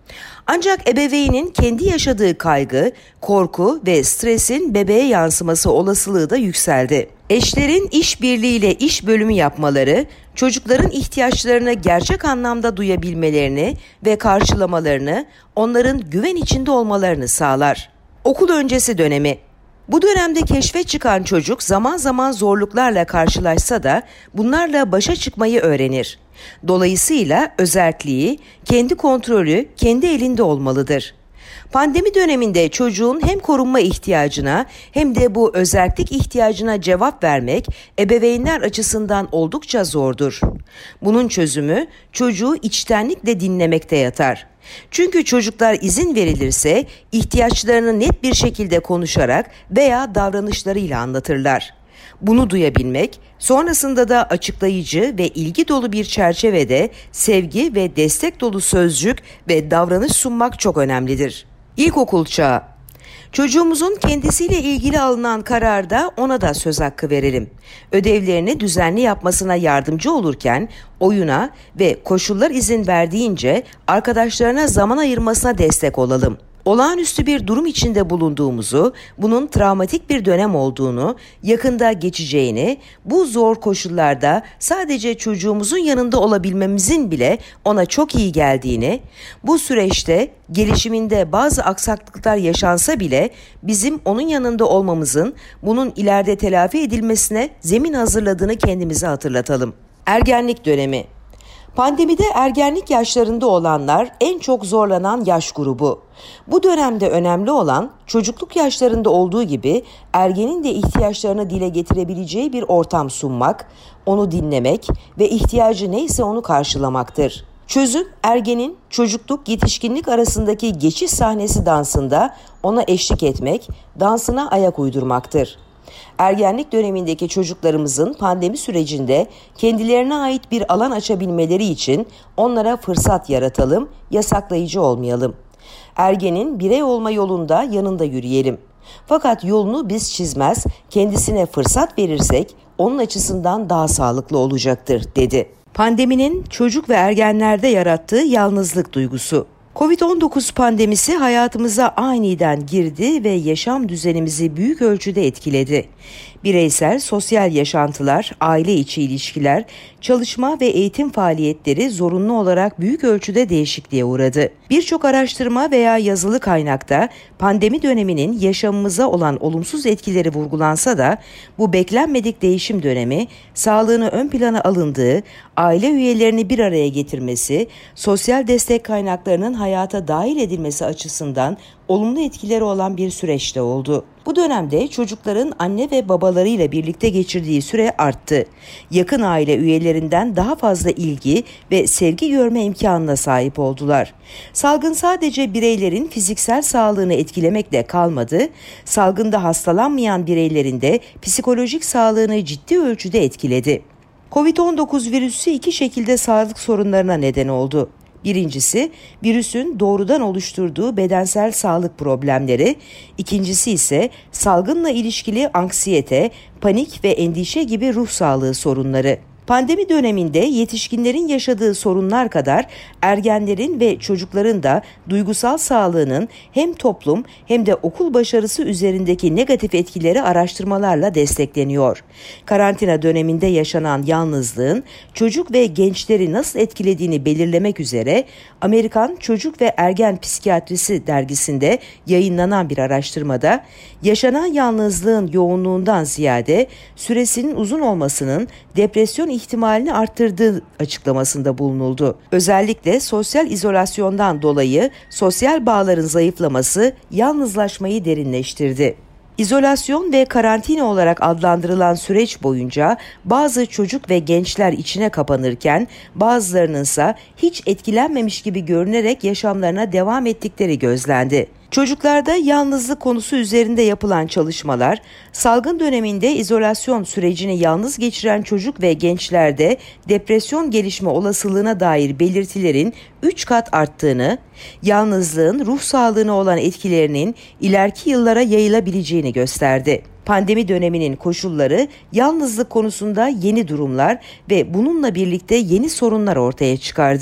Ancak ebeveynin kendi yaşadığı kaygı, korku ve stresin bebeğe yansıması olasılığı da yükseldi. Eşlerin işbirliğiyle iş bölümü yapmaları, çocukların ihtiyaçlarını gerçek anlamda duyabilmelerini ve karşılamalarını, onların güven içinde olmalarını sağlar. Okul öncesi dönemi. Bu dönemde keşfe çıkan çocuk zaman zaman zorluklarla karşılaşsa da bunlarla başa çıkmayı öğrenir. Dolayısıyla özerkliği, kendi kontrolü kendi elinde olmalıdır. Pandemi döneminde çocuğun hem korunma ihtiyacına hem de bu özerklik ihtiyacına cevap vermek ebeveynler açısından oldukça zordur. Bunun çözümü çocuğu içtenlikle dinlemekte yatar. Çünkü çocuklar izin verilirse ihtiyaçlarını net bir şekilde konuşarak veya davranışlarıyla anlatırlar. Bunu duyabilmek, sonrasında da açıklayıcı ve ilgi dolu bir çerçevede sevgi ve destek dolu sözcük ve davranış sunmak çok önemlidir. İlkokul çağı. Çocuğumuzun kendisiyle ilgili alınan kararda ona da söz hakkı verelim. Ödevlerini düzenli yapmasına yardımcı olurken oyuna ve koşullar izin verdiğince arkadaşlarına zaman ayırmasına destek olalım. Olağanüstü bir durum içinde bulunduğumuzu, bunun travmatik bir dönem olduğunu, yakında geçeceğini, bu zor koşullarda sadece çocuğumuzun yanında olabilmemizin bile ona çok iyi geldiğini, bu süreçte gelişiminde bazı aksaklıklar yaşansa bile bizim onun yanında olmamızın bunun ileride telafi edilmesine zemin hazırladığını kendimize hatırlatalım. Ergenlik dönemi. Pandemide ergenlik yaşlarında olanlar en çok zorlanan yaş grubu. Bu dönemde önemli olan çocukluk yaşlarında olduğu gibi ergenin de ihtiyaçlarını dile getirebileceği bir ortam sunmak, onu dinlemek ve ihtiyacı neyse onu karşılamaktır. Çözüm ergenin çocukluk yetişkinlik arasındaki geçiş sahnesi dansında ona eşlik etmek, dansına ayak uydurmaktır. Ergenlik dönemindeki çocuklarımızın pandemi sürecinde kendilerine ait bir alan açabilmeleri için onlara fırsat yaratalım, yasaklayıcı olmayalım. Ergenin birey olma yolunda yanında yürüyelim. Fakat yolunu biz çizmez, kendisine fırsat verirsek onun açısından daha sağlıklı olacaktır, dedi. Pandeminin çocuk ve ergenlerde yarattığı yalnızlık duygusu. Covid-19 pandemisi hayatımıza aniden girdi ve yaşam düzenimizi büyük ölçüde etkiledi. Bireysel, sosyal yaşantılar, aile içi ilişkiler, çalışma ve eğitim faaliyetleri zorunlu olarak büyük ölçüde değişikliğe uğradı. Birçok araştırma veya yazılı kaynakta pandemi döneminin yaşamımıza olan olumsuz etkileri vurgulansa da bu beklenmedik değişim dönemi sağlığını ön plana alındığı, aile üyelerini bir araya getirmesi, sosyal destek kaynaklarının hayata dahil edilmesi açısından olumlu etkileri olan bir süreçte oldu. Bu dönemde çocukların anne ve babalarıyla birlikte geçirdiği süre arttı. Yakın aile üyelerinden daha fazla ilgi ve sevgi görme imkanına sahip oldular. Salgın sadece bireylerin fiziksel sağlığını etkilemekle kalmadı, salgında hastalanmayan bireylerin de psikolojik sağlığını ciddi ölçüde etkiledi. Covid-19 virüsü iki şekilde sağlık sorunlarına neden oldu. Birincisi, virüsün doğrudan oluşturduğu bedensel sağlık problemleri, ikincisi ise salgınla ilişkili anksiyete, panik ve endişe gibi ruh sağlığı sorunları. Pandemi döneminde yetişkinlerin yaşadığı sorunlar kadar ergenlerin ve çocukların da duygusal sağlığının hem toplum hem de okul başarısı üzerindeki negatif etkileri araştırmalarla destekleniyor. Karantina döneminde yaşanan yalnızlığın çocuk ve gençleri nasıl etkilediğini belirlemek üzere Amerikan Çocuk ve Ergen Psikiyatrisi dergisinde yayınlanan bir araştırmada yaşanan yalnızlığın yoğunluğundan ziyade süresinin uzun olmasının depresyon ihtimalini arttırdığı açıklamasında bulunuldu. Özellikle sosyal izolasyondan dolayı sosyal bağların zayıflaması yalnızlaşmayı derinleştirdi. İzolasyon ve karantina olarak adlandırılan süreç boyunca bazı çocuk ve gençler içine kapanırken bazılarının ise hiç etkilenmemiş gibi görünerek yaşamlarına devam ettikleri gözlendi. Çocuklarda yalnızlık konusu üzerinde yapılan çalışmalar, salgın döneminde izolasyon sürecini yalnız geçiren çocuk ve gençlerde depresyon gelişme olasılığına dair belirtilerin 3 kat arttığını, yalnızlığın ruh sağlığına olan etkilerinin ileriki yıllara yayılabileceğini gösterdi. Pandemi döneminin koşulları yalnızlık konusunda yeni durumlar ve bununla birlikte yeni sorunlar ortaya çıkardı.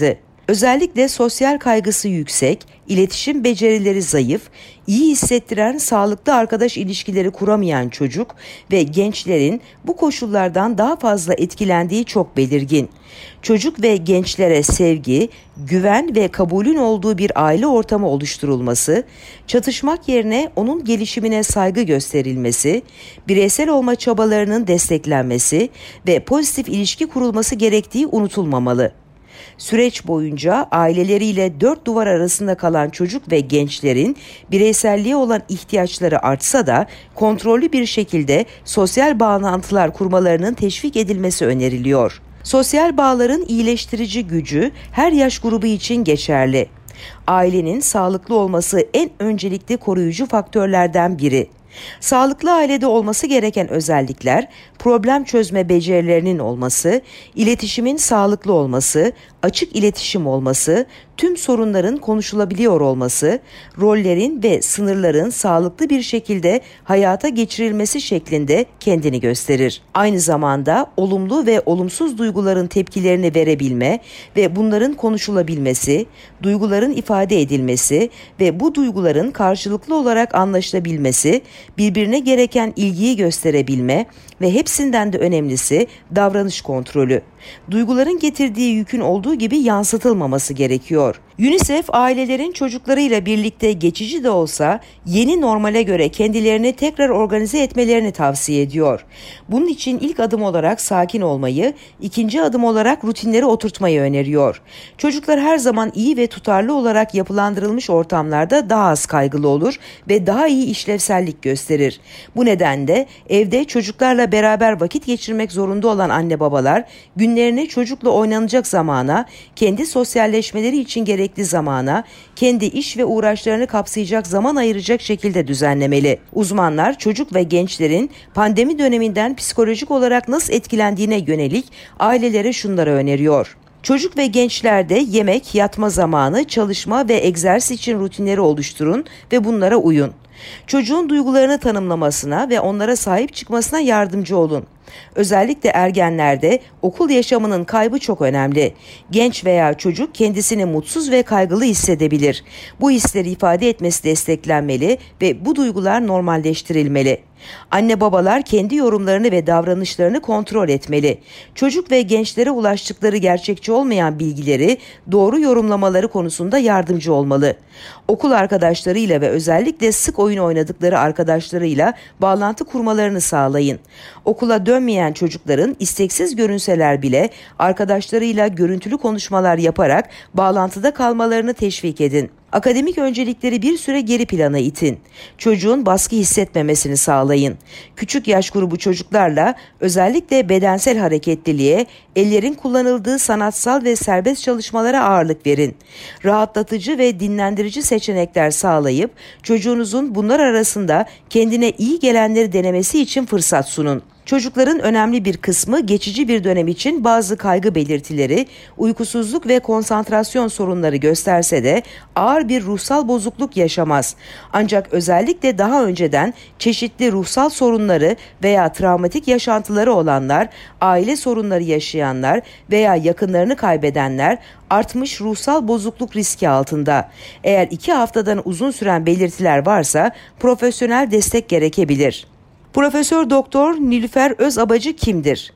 Özellikle sosyal kaygısı yüksek, iletişim becerileri zayıf, iyi hissettiren sağlıklı arkadaş ilişkileri kuramayan çocuk ve gençlerin bu koşullardan daha fazla etkilendiği çok belirgin. Çocuk ve gençlere sevgi, güven ve kabulün olduğu bir aile ortamı oluşturulması, çatışmak yerine onun gelişimine saygı gösterilmesi, bireysel olma çabalarının desteklenmesi ve pozitif ilişki kurulması gerektiği unutulmamalı. Süreç boyunca aileleriyle dört duvar arasında kalan çocuk ve gençlerin bireyselliğe olan ihtiyaçları artsa da kontrollü bir şekilde sosyal bağlantılar kurmalarının teşvik edilmesi öneriliyor. Sosyal bağların iyileştirici gücü her yaş grubu için geçerli. Ailenin sağlıklı olması en öncelikli koruyucu faktörlerden biri. Sağlıklı ailede olması gereken özellikler, problem çözme becerilerinin olması, iletişimin sağlıklı olması, açık iletişim olması, tüm sorunların konuşulabiliyor olması, rollerin ve sınırların sağlıklı bir şekilde hayata geçirilmesi şeklinde kendini gösterir. Aynı zamanda olumlu ve olumsuz duyguların tepkilerini verebilme ve bunların konuşulabilmesi, duyguların ifade edilmesi ve bu duyguların karşılıklı olarak anlaşılabilmesi, birbirine gereken ilgiyi gösterebilme ve hepsinden de önemlisi davranış kontrolü. Duyguların getirdiği yükün olduğu gibi yansıtılmaması gerekiyor. UNICEF ailelerin çocuklarıyla birlikte geçici de olsa yeni normale göre kendilerini tekrar organize etmelerini tavsiye ediyor. Bunun için ilk adım olarak sakin olmayı, ikinci adım olarak rutinleri oturtmayı öneriyor. Çocuklar her zaman iyi ve tutarlı olarak yapılandırılmış ortamlarda daha az kaygılı olur ve daha iyi işlevsellik gösterir. Bu nedenle evde çocuklarla beraber vakit geçirmek zorunda olan anne babalar günlerini çocukla oynanacak zamana, kendi sosyalleşmeleri için gerekli zamana, kendi iş ve uğraşlarını kapsayacak zaman ayıracak şekilde düzenlemeli. Uzmanlar çocuk ve gençlerin pandemi döneminden psikolojik olarak nasıl etkilendiğine yönelik ailelere şunları öneriyor. Çocuk ve gençlerde yemek, yatma zamanı, çalışma ve egzersiz için rutinleri oluşturun ve bunlara uyun. Çocuğun duygularını tanımlamasına ve onlara sahip çıkmasına yardımcı olun. Özellikle ergenlerde okul yaşamının kaybı çok önemli. Genç veya çocuk kendisini mutsuz ve kaygılı hissedebilir. Bu hisleri ifade etmesi desteklenmeli ve bu duygular normalleştirilmeli. Anne babalar kendi yorumlarını ve davranışlarını kontrol etmeli. Çocuk ve gençlere ulaştıkları gerçekçi olmayan bilgileri doğru yorumlamaları konusunda yardımcı olmalı. Okul arkadaşlarıyla ve özellikle sık oyun oynadıkları arkadaşlarıyla bağlantı kurmalarını sağlayın. Okula dönmeyen çocukların isteksiz görünseler bile arkadaşlarıyla görüntülü konuşmalar yaparak bağlantıda kalmalarını teşvik edin. Akademik öncelikleri bir süre geri plana itin. Çocuğun baskı hissetmemesini sağlayın. Küçük yaş grubu çocuklarla özellikle bedensel hareketliliğe, ellerin kullanıldığı sanatsal ve serbest çalışmalara ağırlık verin. Rahatlatıcı ve dinlendirici seçenekler sağlayıp çocuğunuzun bunlar arasında kendine iyi gelenleri denemesi için fırsat sunun. Çocukların önemli bir kısmı geçici bir dönem için bazı kaygı belirtileri, uykusuzluk ve konsantrasyon sorunları gösterse de ağır bir ruhsal bozukluk yaşamaz. Ancak özellikle daha önceden çeşitli ruhsal sorunları veya travmatik yaşantıları olanlar, aile sorunları yaşayanlar veya yakınlarını kaybedenler artmış ruhsal bozukluk riski altında. Eğer 2 haftadan uzun süren belirtiler varsa profesyonel destek gerekebilir. Profesör Doktor Nilüfer Özabacı kimdir?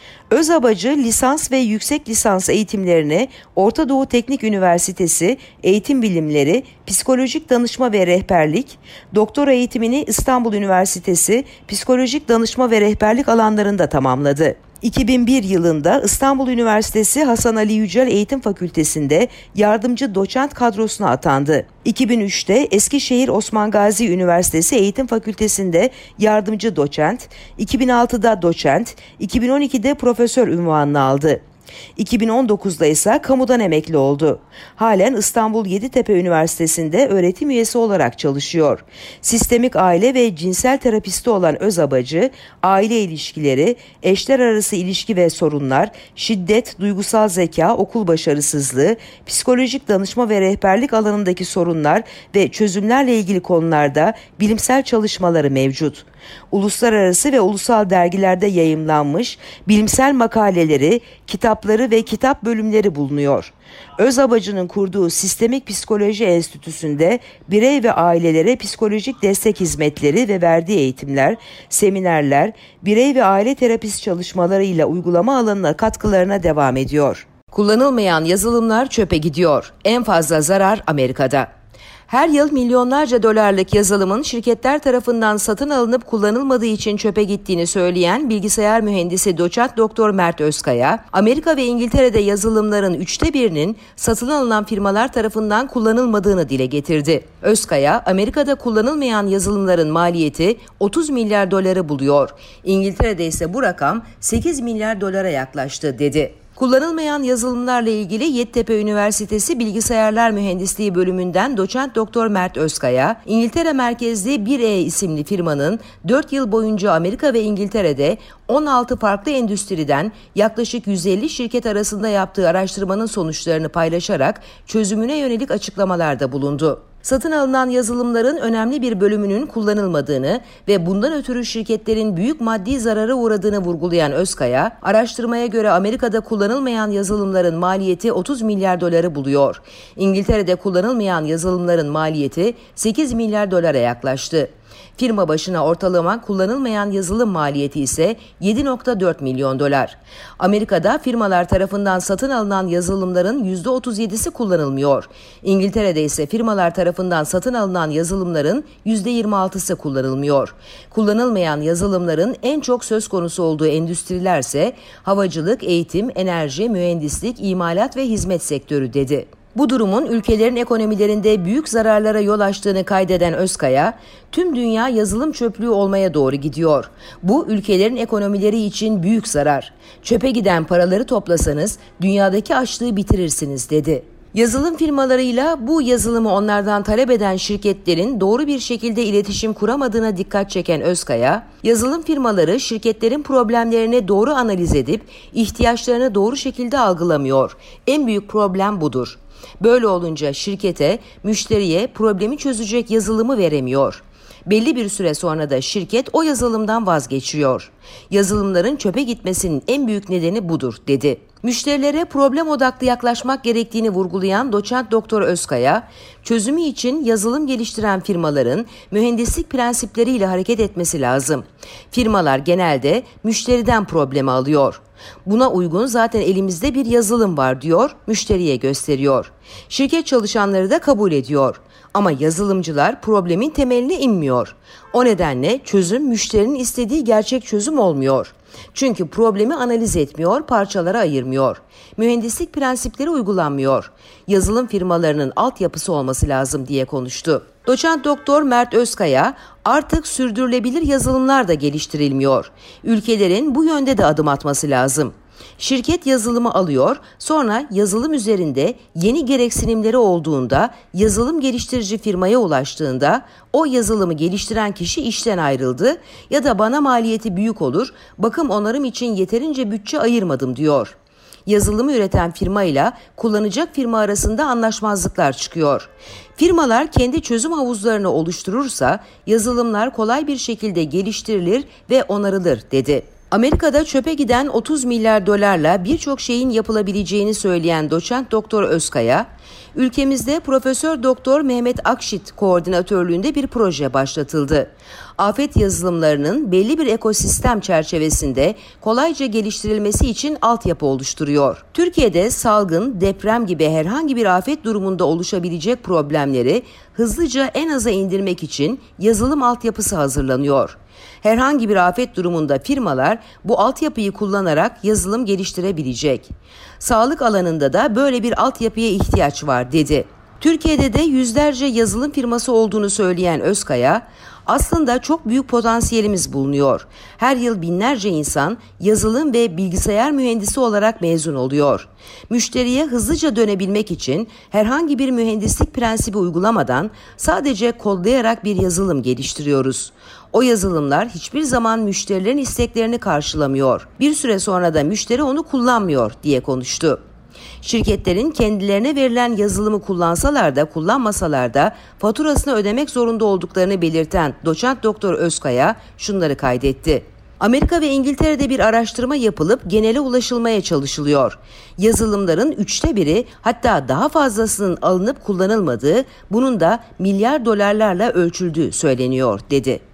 Özabacı lisans ve yüksek lisans eğitimlerini Orta Doğu Teknik Üniversitesi Eğitim Bilimleri, Psikolojik Danışma ve Rehberlik, doktora eğitimini İstanbul Üniversitesi Psikolojik Danışma ve Rehberlik alanlarında tamamladı. 2001 yılında İstanbul Üniversitesi Hasan Ali Yücel Eğitim Fakültesi'nde yardımcı doçent kadrosuna atandı. 2003'te Eskişehir Osman Gazi Üniversitesi Eğitim Fakültesi'nde yardımcı doçent, 2006'da doçent, 2012'de profesör unvanını aldı. 2019'da ise kamudan emekli oldu. Halen İstanbul Yeditepe Üniversitesi'nde öğretim üyesi olarak çalışıyor. Sistemik aile ve cinsel terapisti olan Özabacı, aile ilişkileri, eşler arası ilişki ve sorunlar, şiddet, duygusal zeka, okul başarısızlığı, psikolojik danışma ve rehberlik alanındaki sorunlar ve çözümlerle ilgili konularda bilimsel çalışmaları mevcut. Uluslararası ve ulusal dergilerde yayımlanmış bilimsel makaleleri, kitapları ve kitap bölümleri bulunuyor. Özabacı'nın kurduğu Sistemik Psikoloji Enstitüsü'nde birey ve ailelere psikolojik destek hizmetleri ve verdiği eğitimler, seminerler, birey ve aile terapisi çalışmalarıyla uygulama alanına katkılarına devam ediyor. Kullanılmayan yazılımlar çöpe gidiyor. En fazla zarar Amerika'da. Her yıl milyonlarca dolarlık yazılımın şirketler tarafından satın alınıp kullanılmadığı için çöpe gittiğini söyleyen bilgisayar mühendisi doçent doktor Mert Özkaya, Amerika ve İngiltere'de yazılımların 1/3'ünün satın alınan firmalar tarafından kullanılmadığını dile getirdi. Özkaya, Amerika'da kullanılmayan yazılımların maliyeti 30 milyar doları buluyor. İngiltere'de ise bu rakam 8 milyar dolara yaklaştı dedi. Kullanılmayan yazılımlarla ilgili Yeditepe Üniversitesi Bilgisayarlar Mühendisliği bölümünden doçent doktor Mert Özkaya, İngiltere merkezli 1E isimli firmanın 4 yıl boyunca Amerika ve İngiltere'de 16 farklı endüstriden yaklaşık 150 şirket arasında yaptığı araştırmanın sonuçlarını paylaşarak çözümüne yönelik açıklamalarda bulundu. Satın alınan yazılımların önemli bir bölümünün kullanılmadığını ve bundan ötürü şirketlerin büyük maddi zarara uğradığını vurgulayan Özkaya, araştırmaya göre Amerika'da kullanılmayan yazılımların maliyeti 30 milyar doları buluyor. İngiltere'de kullanılmayan yazılımların maliyeti 8 milyar dolara yaklaştı. Firma başına ortalama kullanılmayan yazılım maliyeti ise 7,4 milyon dolar. Amerika'da firmalar tarafından satın alınan yazılımların %37'si kullanılmıyor. İngiltere'de ise firmalar tarafından satın alınan yazılımların %26'sı kullanılmıyor. Kullanılmayan yazılımların en çok söz konusu olduğu endüstrilerse havacılık, eğitim, enerji, mühendislik, imalat ve hizmet sektörü dedi. Bu durumun ülkelerin ekonomilerinde büyük zararlara yol açtığını kaydeden Özkaya, tüm dünya yazılım çöplüğü olmaya doğru gidiyor. Bu ülkelerin ekonomileri için büyük zarar. Çöpe giden paraları toplasanız dünyadaki açlığı bitirirsiniz dedi. Yazılım firmalarıyla bu yazılımı onlardan talep eden şirketlerin doğru bir şekilde iletişim kuramadığına dikkat çeken Özkaya, yazılım firmaları şirketlerin problemlerini doğru analiz edip ihtiyaçlarını doğru şekilde algılamıyor. En büyük problem budur. Böyle olunca şirkete, müşteriye problemi çözecek yazılımı veremiyor. Belli bir süre sonra da şirket o yazılımdan vazgeçiyor. Yazılımların çöpe gitmesinin en büyük nedeni budur, dedi. Müşterilere problem odaklı yaklaşmak gerektiğini vurgulayan doçent doktor Özkaya, çözümü için yazılım geliştiren firmaların mühendislik prensipleriyle hareket etmesi lazım. Firmalar genelde müşteriden problemi alıyor. Buna uygun zaten elimizde bir yazılım var diyor, müşteriye gösteriyor. Şirket çalışanları da kabul ediyor. Ama yazılımcılar problemin temeline inmiyor. O nedenle çözüm müşterinin istediği gerçek çözüm olmuyor. Çünkü problemi analiz etmiyor, parçalara ayırmıyor. Mühendislik prensipleri uygulanmıyor. Yazılım firmalarının altyapısı olması lazım diye konuştu. Doçent doktor Mert Özkaya, artık sürdürülebilir yazılımlar da geliştirilmiyor. Ülkelerin bu yönde de adım atması lazım. Şirket yazılımı alıyor, sonra yazılım üzerinde yeni gereksinimleri olduğunda, yazılım geliştirici firmaya ulaştığında o yazılımı geliştiren kişi işten ayrıldı ya da bana maliyeti büyük olur, bakım onarım için yeterince bütçe ayırmadım diyor. Yazılımı üreten firma ile kullanacak firma arasında anlaşmazlıklar çıkıyor. Firmalar kendi çözüm havuzlarını oluşturursa yazılımlar kolay bir şekilde geliştirilir ve onarılır, dedi. Amerika'da çöpe giden 30 milyar dolarla birçok şeyin yapılabileceğini söyleyen doçent doktor Özkaya, ülkemizde Profesör Doktor Mehmet Akşit koordinatörlüğünde bir proje başlatıldı. Afet yazılımlarının belli bir ekosistem çerçevesinde kolayca geliştirilmesi için altyapı oluşturuyor. Türkiye'de salgın, deprem gibi herhangi bir afet durumunda oluşabilecek problemleri hızlıca en aza indirmek için yazılım altyapısı hazırlanıyor. Herhangi bir afet durumunda firmalar bu altyapıyı kullanarak yazılım geliştirebilecek. Sağlık alanında da böyle bir altyapıya ihtiyaç var, dedi. Türkiye'de de yüzlerce yazılım firması olduğunu söyleyen Özkaya, aslında çok büyük potansiyelimiz bulunuyor. Her yıl binlerce insan yazılım ve bilgisayar mühendisi olarak mezun oluyor. Müşteriye hızlıca dönebilmek için herhangi bir mühendislik prensibi uygulamadan sadece kodlayarak bir yazılım geliştiriyoruz. O yazılımlar hiçbir zaman müşterilerin isteklerini karşılamıyor. Bir süre sonra da müşteri onu kullanmıyor, diye konuştu. Şirketlerin kendilerine verilen yazılımı kullansalar da kullanmasalar da faturasını ödemek zorunda olduklarını belirten Doçent Doktor Özkaya şunları kaydetti. Amerika ve İngiltere'de bir araştırma yapılıp genele ulaşılmaya çalışılıyor. Yazılımların 1/3 hatta daha fazlasının alınıp kullanılmadığı, bunun da milyar dolarlarla ölçüldüğü söyleniyor dedi.